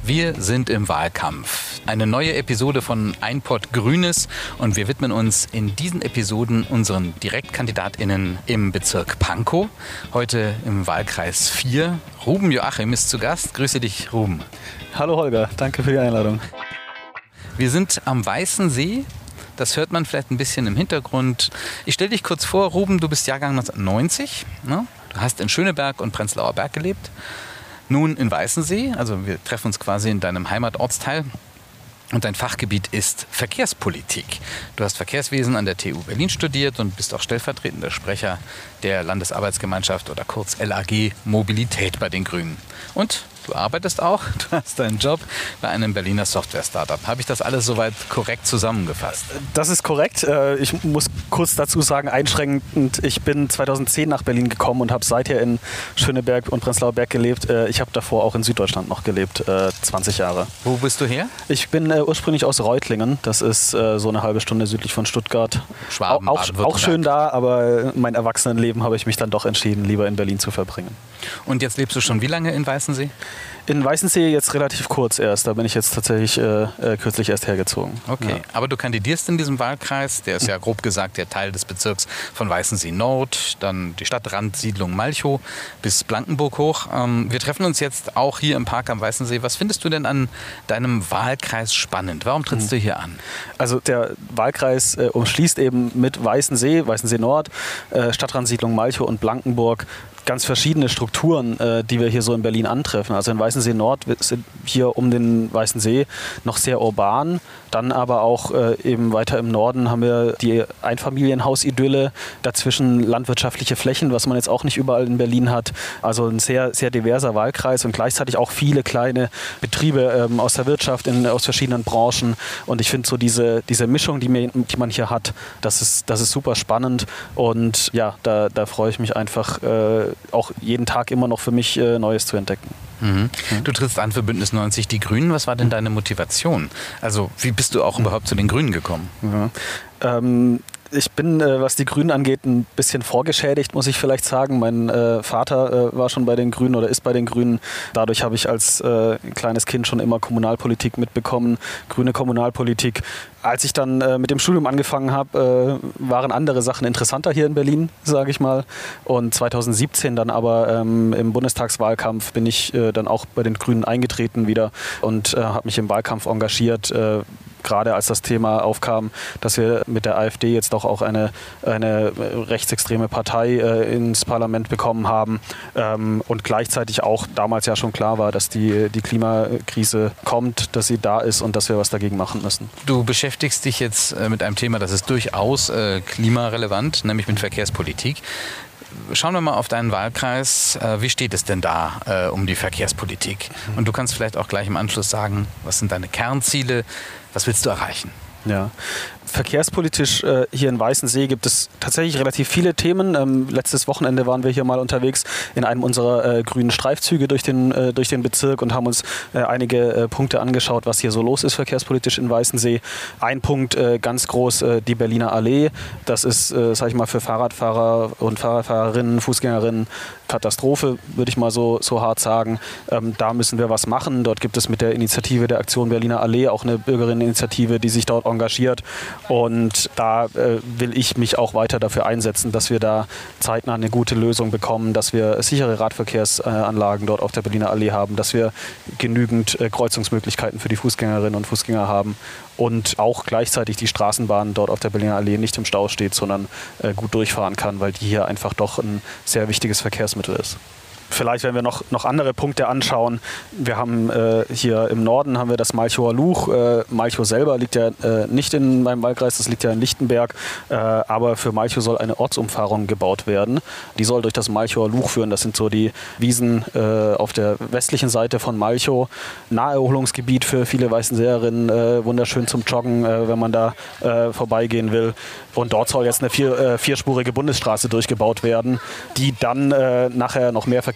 Wir sind im Wahlkampf. Eine neue Episode von Ein Pott Grünes und wir widmen uns in diesen Episoden unseren DirektkandidatInnen im Bezirk Pankow. Heute im Wahlkreis 4. Ruben Joachim ist zu Gast. Grüße dich, Ruben. Hallo Holger, danke für die Einladung. Wir sind am Weißen See. Das hört man vielleicht ein bisschen im Hintergrund. Ich stelle dich kurz vor, Ruben, du bist Jahrgang 1990. Ne? Du hast in Schöneberg und Prenzlauer Berg gelebt. Nun in Weißensee, also wir treffen uns quasi in deinem Heimatortsteil. Und dein Fachgebiet ist Verkehrspolitik. Du hast Verkehrswesen an der TU Berlin studiert und bist auch stellvertretender Sprecher der Landesarbeitsgemeinschaft oder kurz LAG Mobilität bei den Grünen. Und du arbeitest auch, du hast deinen Job bei einem Berliner Software-Startup. Habe ich das alles soweit korrekt zusammengefasst? Das ist korrekt. Ich muss kurz dazu sagen, einschränkend, ich bin 2010 nach Berlin gekommen und habe seither in Schöneberg und Prenzlauer Berg gelebt. Ich habe davor auch in Süddeutschland noch gelebt, 20 Jahre. Wo bist du her? Ich bin ursprünglich aus Reutlingen. Das ist so eine halbe Stunde südlich von Stuttgart. Schwaben, auch schön da, aber mein Erwachsenenleben habe ich mich dann doch entschieden, lieber in Berlin zu verbringen. Und jetzt lebst du schon wie lange in Weißensee? In Weißensee jetzt relativ kurz erst. Da bin ich jetzt tatsächlich kürzlich erst hergezogen. Okay, ja. Aber du kandidierst in diesem Wahlkreis. Der ist ja grob gesagt der Teil des Bezirks von Weißensee Nord, dann die Stadtrandsiedlung Malchow bis Blankenburg hoch. Wir treffen uns jetzt auch hier im Park am Weißensee. Was findest du denn an deinem Wahlkreis spannend? Warum trittst du hier an? Also der Wahlkreis umschließt eben mit Weißensee, Weißensee Nord, Stadtrandsiedlung Malchow und Blankenburg ganz verschiedene Strukturen, die wir hier so in Berlin antreffen. Also in Weißensee Nord sind hier um den Weißen See noch sehr urban. Dann aber auch eben weiter im Norden haben wir die Einfamilienhausidylle, dazwischen landwirtschaftliche Flächen, was man jetzt auch nicht überall in Berlin hat. Also ein sehr, sehr diverser Wahlkreis und gleichzeitig auch viele kleine Betriebe aus der Wirtschaft, aus verschiedenen Branchen. Und ich finde so diese Mischung, die man hier hat, das ist super spannend. Und ja, da freue ich mich einfach auch jeden Tag immer noch für mich Neues zu entdecken. Mhm. Du trittst an für Bündnis 90 Die Grünen. Was war denn deine Motivation? Also wie bist du auch überhaupt zu den Grünen gekommen? Ja. Ich bin, was die Grünen angeht, ein bisschen vorgeschädigt, muss ich vielleicht sagen. Mein Vater war schon bei den Grünen oder ist bei den Grünen. Dadurch habe ich als kleines Kind schon immer Kommunalpolitik mitbekommen, grüne Kommunalpolitik. Als ich dann mit dem Studium angefangen habe, waren andere Sachen interessanter hier in Berlin, sage ich mal. Und 2017 dann aber im Bundestagswahlkampf bin ich dann auch bei den Grünen eingetreten wieder und habe mich im Wahlkampf engagiert. Gerade als das Thema aufkam, dass wir mit der AfD jetzt doch auch eine rechtsextreme Partei ins Parlament bekommen haben und gleichzeitig auch damals ja schon klar war, dass die Klimakrise kommt, dass sie da ist und dass wir was dagegen machen müssen. Du beschäftigst dich jetzt mit einem Thema, das ist durchaus klimarelevant, nämlich mit Verkehrspolitik. Schauen wir mal auf deinen Wahlkreis. Wie steht es denn da um die Verkehrspolitik? Und du kannst vielleicht auch gleich im Anschluss sagen, was sind deine Kernziele? Was willst du erreichen? Ja. Verkehrspolitisch hier in Weißensee gibt es tatsächlich relativ viele Themen. Letztes Wochenende waren wir hier mal unterwegs in einem unserer grünen Streifzüge durch den Bezirk und haben uns einige Punkte angeschaut, was hier so los ist verkehrspolitisch in Weißensee. Ein Punkt ganz groß, die Berliner Allee. Das ist, sag ich mal, für Fahrradfahrer und Fahrradfahrerinnen, Fußgängerinnen Katastrophe, würde ich mal so hart sagen. Da müssen wir was machen. Dort gibt es mit der Initiative der Aktion Berliner Allee auch eine Bürgerinneninitiative, die sich dort engagiert. Und da will ich mich auch weiter dafür einsetzen, dass wir da zeitnah eine gute Lösung bekommen, dass wir sichere Radverkehrsanlagen dort auf der Berliner Allee haben, dass wir genügend Kreuzungsmöglichkeiten für die Fußgängerinnen und Fußgänger haben und auch gleichzeitig die Straßenbahn dort auf der Berliner Allee nicht im Stau steht, sondern gut durchfahren kann, weil die hier einfach doch ein sehr wichtiges Verkehrsmittel ist. Vielleicht, wenn wir noch andere Punkte anschauen. Wir haben hier im Norden haben wir das Malchower Luch. Malchow selber liegt ja nicht in meinem Wahlkreis, das liegt ja in Lichtenberg. Aber für Malchow soll eine Ortsumfahrung gebaut werden. Die soll durch das Malchower Luch führen. Das sind so die Wiesen auf der westlichen Seite von Malchow. Naherholungsgebiet für viele Weißenseerinnen, wunderschön zum Joggen, wenn man da vorbeigehen will. Und dort soll jetzt eine vierspurige Bundesstraße durchgebaut werden, die dann nachher noch mehr Verkehr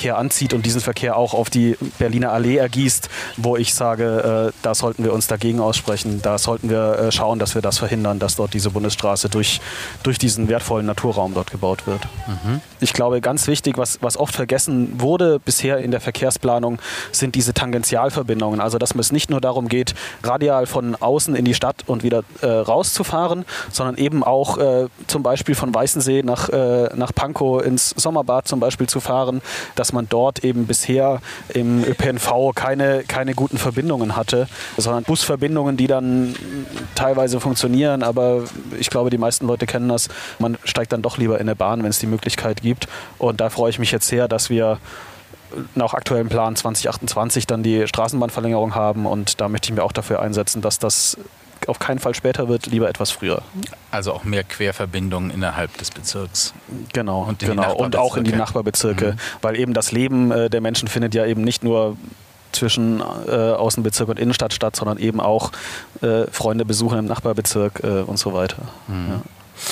Verkehr anzieht und diesen Verkehr auch auf die Berliner Allee ergießt, wo ich sage, da sollten wir uns dagegen aussprechen. Da sollten wir schauen, dass wir das verhindern, dass dort diese Bundesstraße durch diesen wertvollen Naturraum dort gebaut wird. Ich glaube, ganz wichtig, was oft vergessen wurde bisher in der Verkehrsplanung, sind diese Tangentialverbindungen. Also, dass es nicht nur darum geht, radial von außen in die Stadt und wieder rauszufahren, sondern eben auch zum Beispiel von Weißensee nach Pankow ins Sommerbad zum Beispiel zu fahren, dass man dort eben bisher im ÖPNV keine guten Verbindungen hatte, sondern Busverbindungen, die dann teilweise funktionieren, aber ich glaube, die meisten Leute kennen das. Man steigt dann doch lieber in eine Bahn, wenn es die Möglichkeit gibt. Und da freue ich mich jetzt sehr, dass wir nach aktuellem Plan 2028 dann die Straßenbahnverlängerung haben und da möchte ich mir auch dafür einsetzen, dass das auf keinen Fall später wird, lieber etwas früher. Also auch mehr Querverbindungen innerhalb des Bezirks. Genau, und auch in die Nachbarbezirke, weil eben das Leben der Menschen findet ja eben nicht nur zwischen Außenbezirk und Innenstadt statt, sondern eben auch Freunde besuchen im Nachbarbezirk und so weiter. Ja.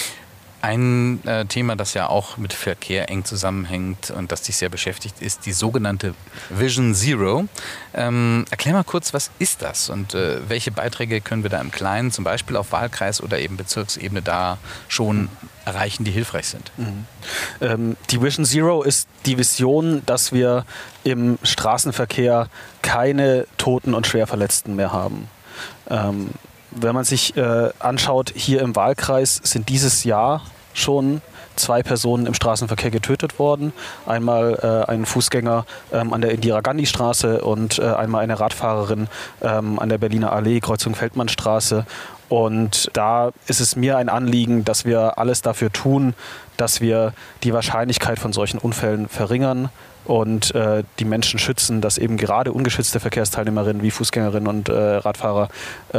Ein Thema, das ja auch mit Verkehr eng zusammenhängt und das dich sehr beschäftigt, ist die sogenannte Vision Zero. Erklär mal kurz, was ist das und welche Beiträge können wir da im Kleinen, zum Beispiel auf Wahlkreis- oder eben Bezirksebene, da schon erreichen, die hilfreich sind? Die Vision Zero ist die Vision, dass wir im Straßenverkehr keine Toten und Schwerverletzten mehr haben. Wenn man sich anschaut, hier im Wahlkreis sind dieses Jahr schon 2 Personen im Straßenverkehr getötet worden. Einmal ein Fußgänger an der Indira-Gandhi-Straße und einmal eine Radfahrerin an der Berliner Allee, Kreuzung Feldmannstraße. Und da ist es mir ein Anliegen, dass wir alles dafür tun, dass wir die Wahrscheinlichkeit von solchen Unfällen verringern und die Menschen schützen, dass eben gerade ungeschützte Verkehrsteilnehmerinnen wie Fußgängerinnen und Radfahrer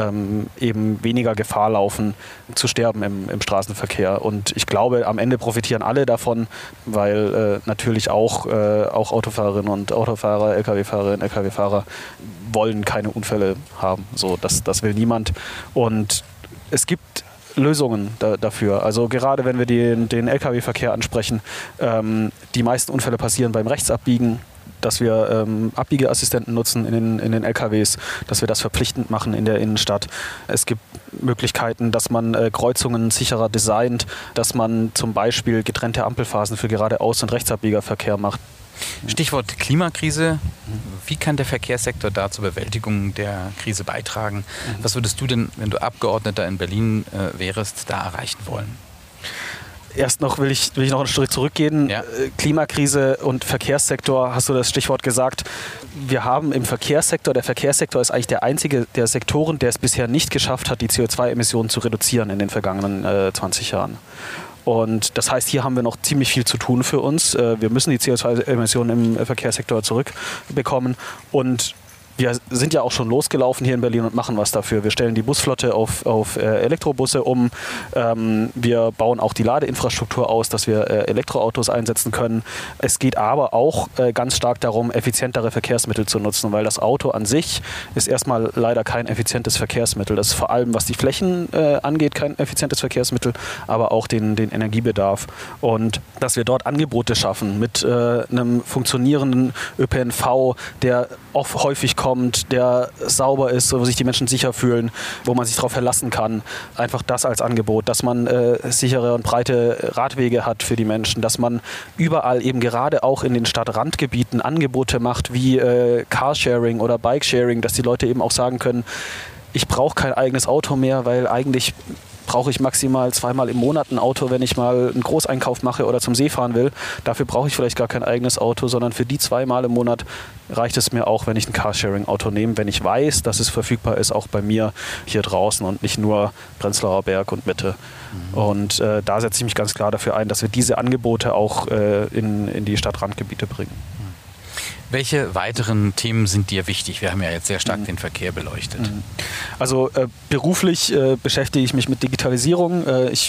eben weniger Gefahr laufen, zu sterben im Straßenverkehr. Und ich glaube, am Ende profitieren alle davon, weil natürlich auch Autofahrerinnen und Autofahrer, Lkw-Fahrerinnen, Lkw-Fahrer wollen keine Unfälle haben. So, das will niemand. Und es gibt Lösungen dafür. Also gerade wenn wir den Lkw-Verkehr ansprechen, die meisten Unfälle passieren beim Rechtsabbiegen, dass wir Abbiegeassistenten nutzen in den LKWs, dass wir das verpflichtend machen in der Innenstadt. Es gibt Möglichkeiten, dass man Kreuzungen sicherer designt, dass man zum Beispiel getrennte Ampelphasen für Geradeaus- und Rechtsabbiegerverkehr macht. Stichwort Klimakrise. Wie kann der Verkehrssektor da zur Bewältigung der Krise beitragen? Was würdest du denn, wenn du Abgeordneter in Berlin wärst, da erreichen wollen? Erst noch will ich noch einen Schritt zurückgehen. Ja. Klimakrise und Verkehrssektor, hast du das Stichwort gesagt. Wir haben im Verkehrssektor, der Verkehrssektor ist eigentlich der einzige der Sektoren, der es bisher nicht geschafft hat, die CO2-Emissionen zu reduzieren in den vergangenen 20 Jahren. Und das heißt, hier haben wir noch ziemlich viel zu tun für uns. Wir müssen die CO2-Emissionen im Verkehrssektor zurückbekommen. Und wir sind ja auch schon losgelaufen hier in Berlin und machen was dafür. Wir stellen die Busflotte auf Elektrobusse um. Wir bauen auch die Ladeinfrastruktur aus, dass wir Elektroautos einsetzen können. Es geht aber auch ganz stark darum, effizientere Verkehrsmittel zu nutzen, weil das Auto an sich ist erstmal leider kein effizientes Verkehrsmittel. Das ist vor allem, was die Flächen angeht, kein effizientes Verkehrsmittel, aber auch den Energiebedarf. Und dass wir dort Angebote schaffen mit einem funktionierenden ÖPNV, der häufig kommt, der sauber ist, wo sich die Menschen sicher fühlen, wo man sich darauf verlassen kann. Einfach das als Angebot, dass man sichere und breite Radwege hat für die Menschen, dass man überall eben gerade auch in den Stadtrandgebieten Angebote macht wie Carsharing oder Bikesharing, dass die Leute eben auch sagen können, ich brauche kein eigenes Auto mehr, weil eigentlich brauche ich maximal 2-mal im Monat ein Auto, wenn ich mal einen Großeinkauf mache oder zum See fahren will. Dafür brauche ich vielleicht gar kein eigenes Auto, sondern für die 2-mal im Monat reicht es mir auch, wenn ich ein Carsharing-Auto nehme, wenn ich weiß, dass es verfügbar ist, auch bei mir hier draußen und nicht nur Prenzlauer Berg und Mitte. Und da setze ich mich ganz klar dafür ein, dass wir diese Angebote auch in die Stadtrandgebiete bringen. Welche weiteren Themen sind dir wichtig? Wir haben ja jetzt sehr stark den Verkehr beleuchtet. Also beruflich beschäftige ich mich mit Digitalisierung. Ich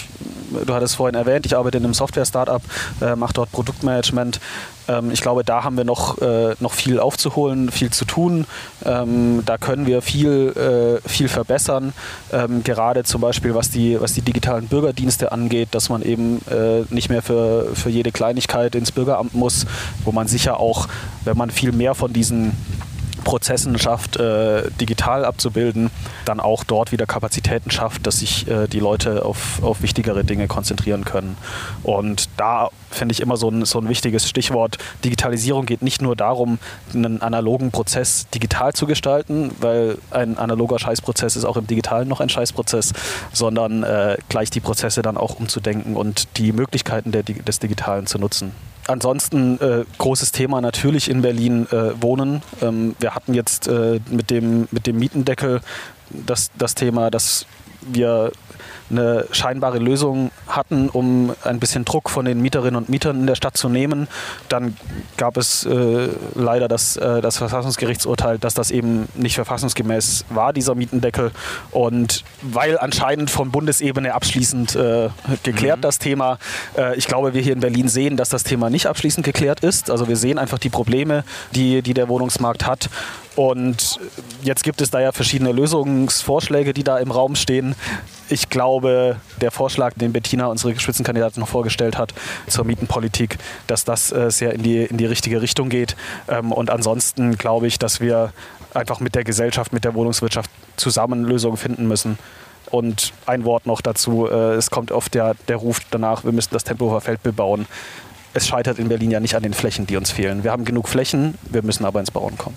du hattest vorhin erwähnt, ich arbeite in einem Software-Startup, mache dort Produktmanagement. Ich glaube, da haben wir noch viel aufzuholen, viel zu tun. Da können wir viel verbessern. Gerade zum Beispiel, was die digitalen Bürgerdienste angeht, dass man eben nicht mehr für jede Kleinigkeit ins Bürgeramt muss, wo man sicher auch, wenn man viel mehr von diesen Prozessen schafft, digital abzubilden, dann auch dort wieder Kapazitäten schafft, dass sich die Leute auf wichtigere Dinge konzentrieren können. Und da finde ich immer so ein wichtiges Stichwort. Digitalisierung geht nicht nur darum, einen analogen Prozess digital zu gestalten, weil ein analoger Scheißprozess ist auch im Digitalen noch ein Scheißprozess, sondern gleich die Prozesse dann auch umzudenken und die Möglichkeiten des Digitalen zu nutzen. Ansonsten großes Thema natürlich in Berlin Wohnen. Wir hatten jetzt mit dem Mietendeckel das Thema, dass wir eine scheinbare Lösung hatten, um ein bisschen Druck von den Mieterinnen und Mietern in der Stadt zu nehmen. Dann gab es leider das Verfassungsgerichtsurteil, dass das eben nicht verfassungsgemäß war, dieser Mietendeckel. Und weil anscheinend von Bundesebene abschließend geklärt das Thema, ich glaube, wir hier in Berlin sehen, dass das Thema nicht abschließend geklärt ist. Also wir sehen einfach die Probleme, die der Wohnungsmarkt hat. Und jetzt gibt es da ja verschiedene Lösungsvorschläge, die da im Raum stehen. Ich glaube, der Vorschlag, den Bettina, unsere Spitzenkandidatin, noch vorgestellt hat zur Mietenpolitik, dass das sehr in die richtige Richtung geht. Und ansonsten glaube ich, dass wir einfach mit der Gesellschaft, mit der Wohnungswirtschaft zusammen Lösungen finden müssen. Und ein Wort noch dazu, es kommt oft der Ruf danach, wir müssen das Tempelhofer Feld bebauen. Es scheitert in Berlin ja nicht an den Flächen, die uns fehlen. Wir haben genug Flächen, wir müssen aber ins Bauen kommen.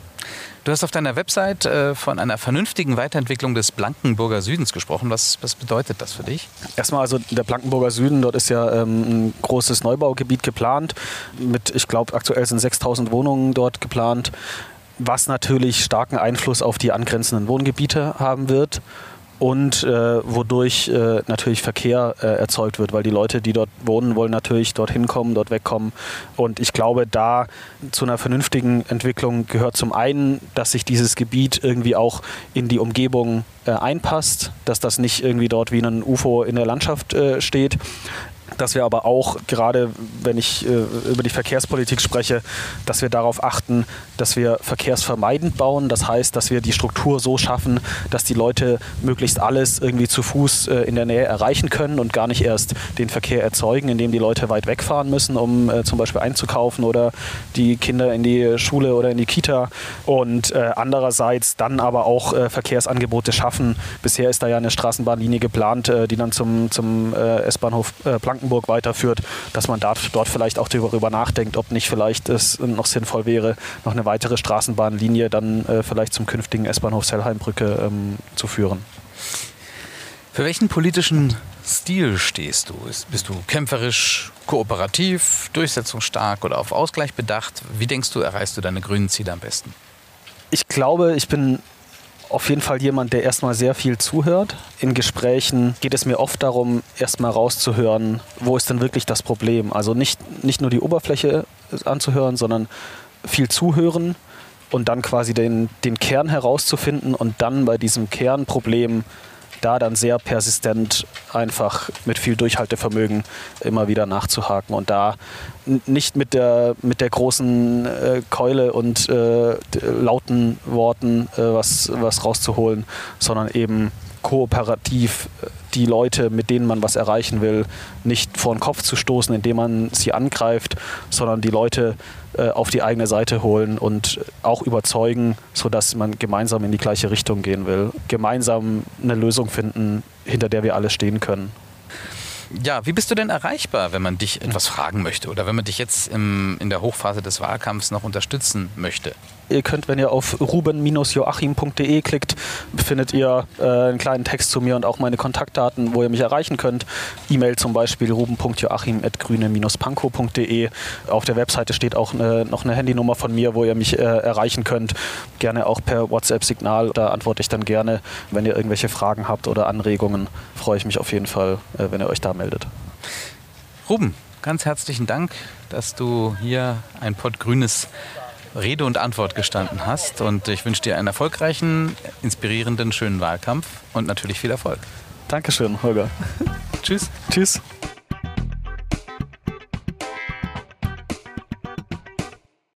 Du hast auf deiner Website von einer vernünftigen Weiterentwicklung des Blankenburger Südens gesprochen. Was bedeutet das für dich? Erstmal also der Blankenburger Süden, dort ist ja ein großes Neubaugebiet geplant. Ich glaube, aktuell sind 6.000 Wohnungen dort geplant, was natürlich starken Einfluss auf die angrenzenden Wohngebiete haben wird. Und wodurch natürlich Verkehr erzeugt wird, weil die Leute, die dort wohnen, wollen natürlich dorthin kommen, dort wegkommen. Und ich glaube, da zu einer vernünftigen Entwicklung gehört zum einen, dass sich dieses Gebiet irgendwie auch in die Umgebung einpasst, dass das nicht irgendwie dort wie ein UFO in der Landschaft steht. Dass wir aber auch, gerade wenn ich über die Verkehrspolitik spreche, dass wir darauf achten, dass wir verkehrsvermeidend bauen. Das heißt, dass wir die Struktur so schaffen, dass die Leute möglichst alles irgendwie zu Fuß in der Nähe erreichen können und gar nicht erst den Verkehr erzeugen, indem die Leute weit wegfahren müssen, um zum Beispiel einzukaufen oder die Kinder in die Schule oder in die Kita. Und andererseits dann aber auch Verkehrsangebote schaffen. Bisher ist da ja eine Straßenbahnlinie geplant, die dann zum S-Bahnhof Blankenburg weiterführt, dass man dort vielleicht auch darüber nachdenkt, ob nicht vielleicht es noch sinnvoll wäre, noch eine weitere Straßenbahnlinie dann vielleicht zum künftigen S-Bahnhof Sellheimbrücke zu führen. Für welchen politischen Stil stehst du? Bist du kämpferisch, kooperativ, durchsetzungsstark oder auf Ausgleich bedacht? Wie denkst du, erreichst du deine grünen Ziele am besten? Ich glaube, ich bin auf jeden Fall jemand, der erstmal sehr viel zuhört. In Gesprächen geht es mir oft darum, erstmal rauszuhören, wo ist denn wirklich das Problem. Also nicht nur die Oberfläche anzuhören, sondern viel zuhören und dann quasi den Kern herauszufinden und dann bei diesem Kernproblem da dann sehr persistent einfach mit viel Durchhaltevermögen immer wieder nachzuhaken und da nicht mit der großen Keule und lauten Worten was rauszuholen, sondern eben kooperativ die Leute, mit denen man was erreichen will, nicht vor den Kopf zu stoßen, indem man sie angreift, sondern die Leute auf die eigene Seite holen und auch überzeugen, sodass man gemeinsam in die gleiche Richtung gehen will. Gemeinsam eine Lösung finden, hinter der wir alle stehen können. Ja, wie bist du denn erreichbar, wenn man dich etwas fragen möchte oder wenn man dich jetzt in der Hochphase des Wahlkampfs noch unterstützen möchte? Ihr könnt, wenn ihr auf ruben-joachim.de klickt, findet ihr einen kleinen Text zu mir und auch meine Kontaktdaten, wo ihr mich erreichen könnt. E-Mail zum Beispiel ruben.joachim@grüne-pankow.de. Auf der Webseite steht auch noch eine Handynummer von mir, wo ihr mich erreichen könnt. Gerne auch per WhatsApp-Signal. Da antworte ich dann gerne. Wenn ihr irgendwelche Fragen habt oder Anregungen, freue ich mich auf jeden Fall, wenn ihr euch da meldet. Ruben, ganz herzlichen Dank, dass du hier ein Pott Grünes Rede und Antwort gestanden hast. Und ich wünsche dir einen erfolgreichen, inspirierenden, schönen Wahlkampf und natürlich viel Erfolg. Dankeschön, Holger. Tschüss. Tschüss.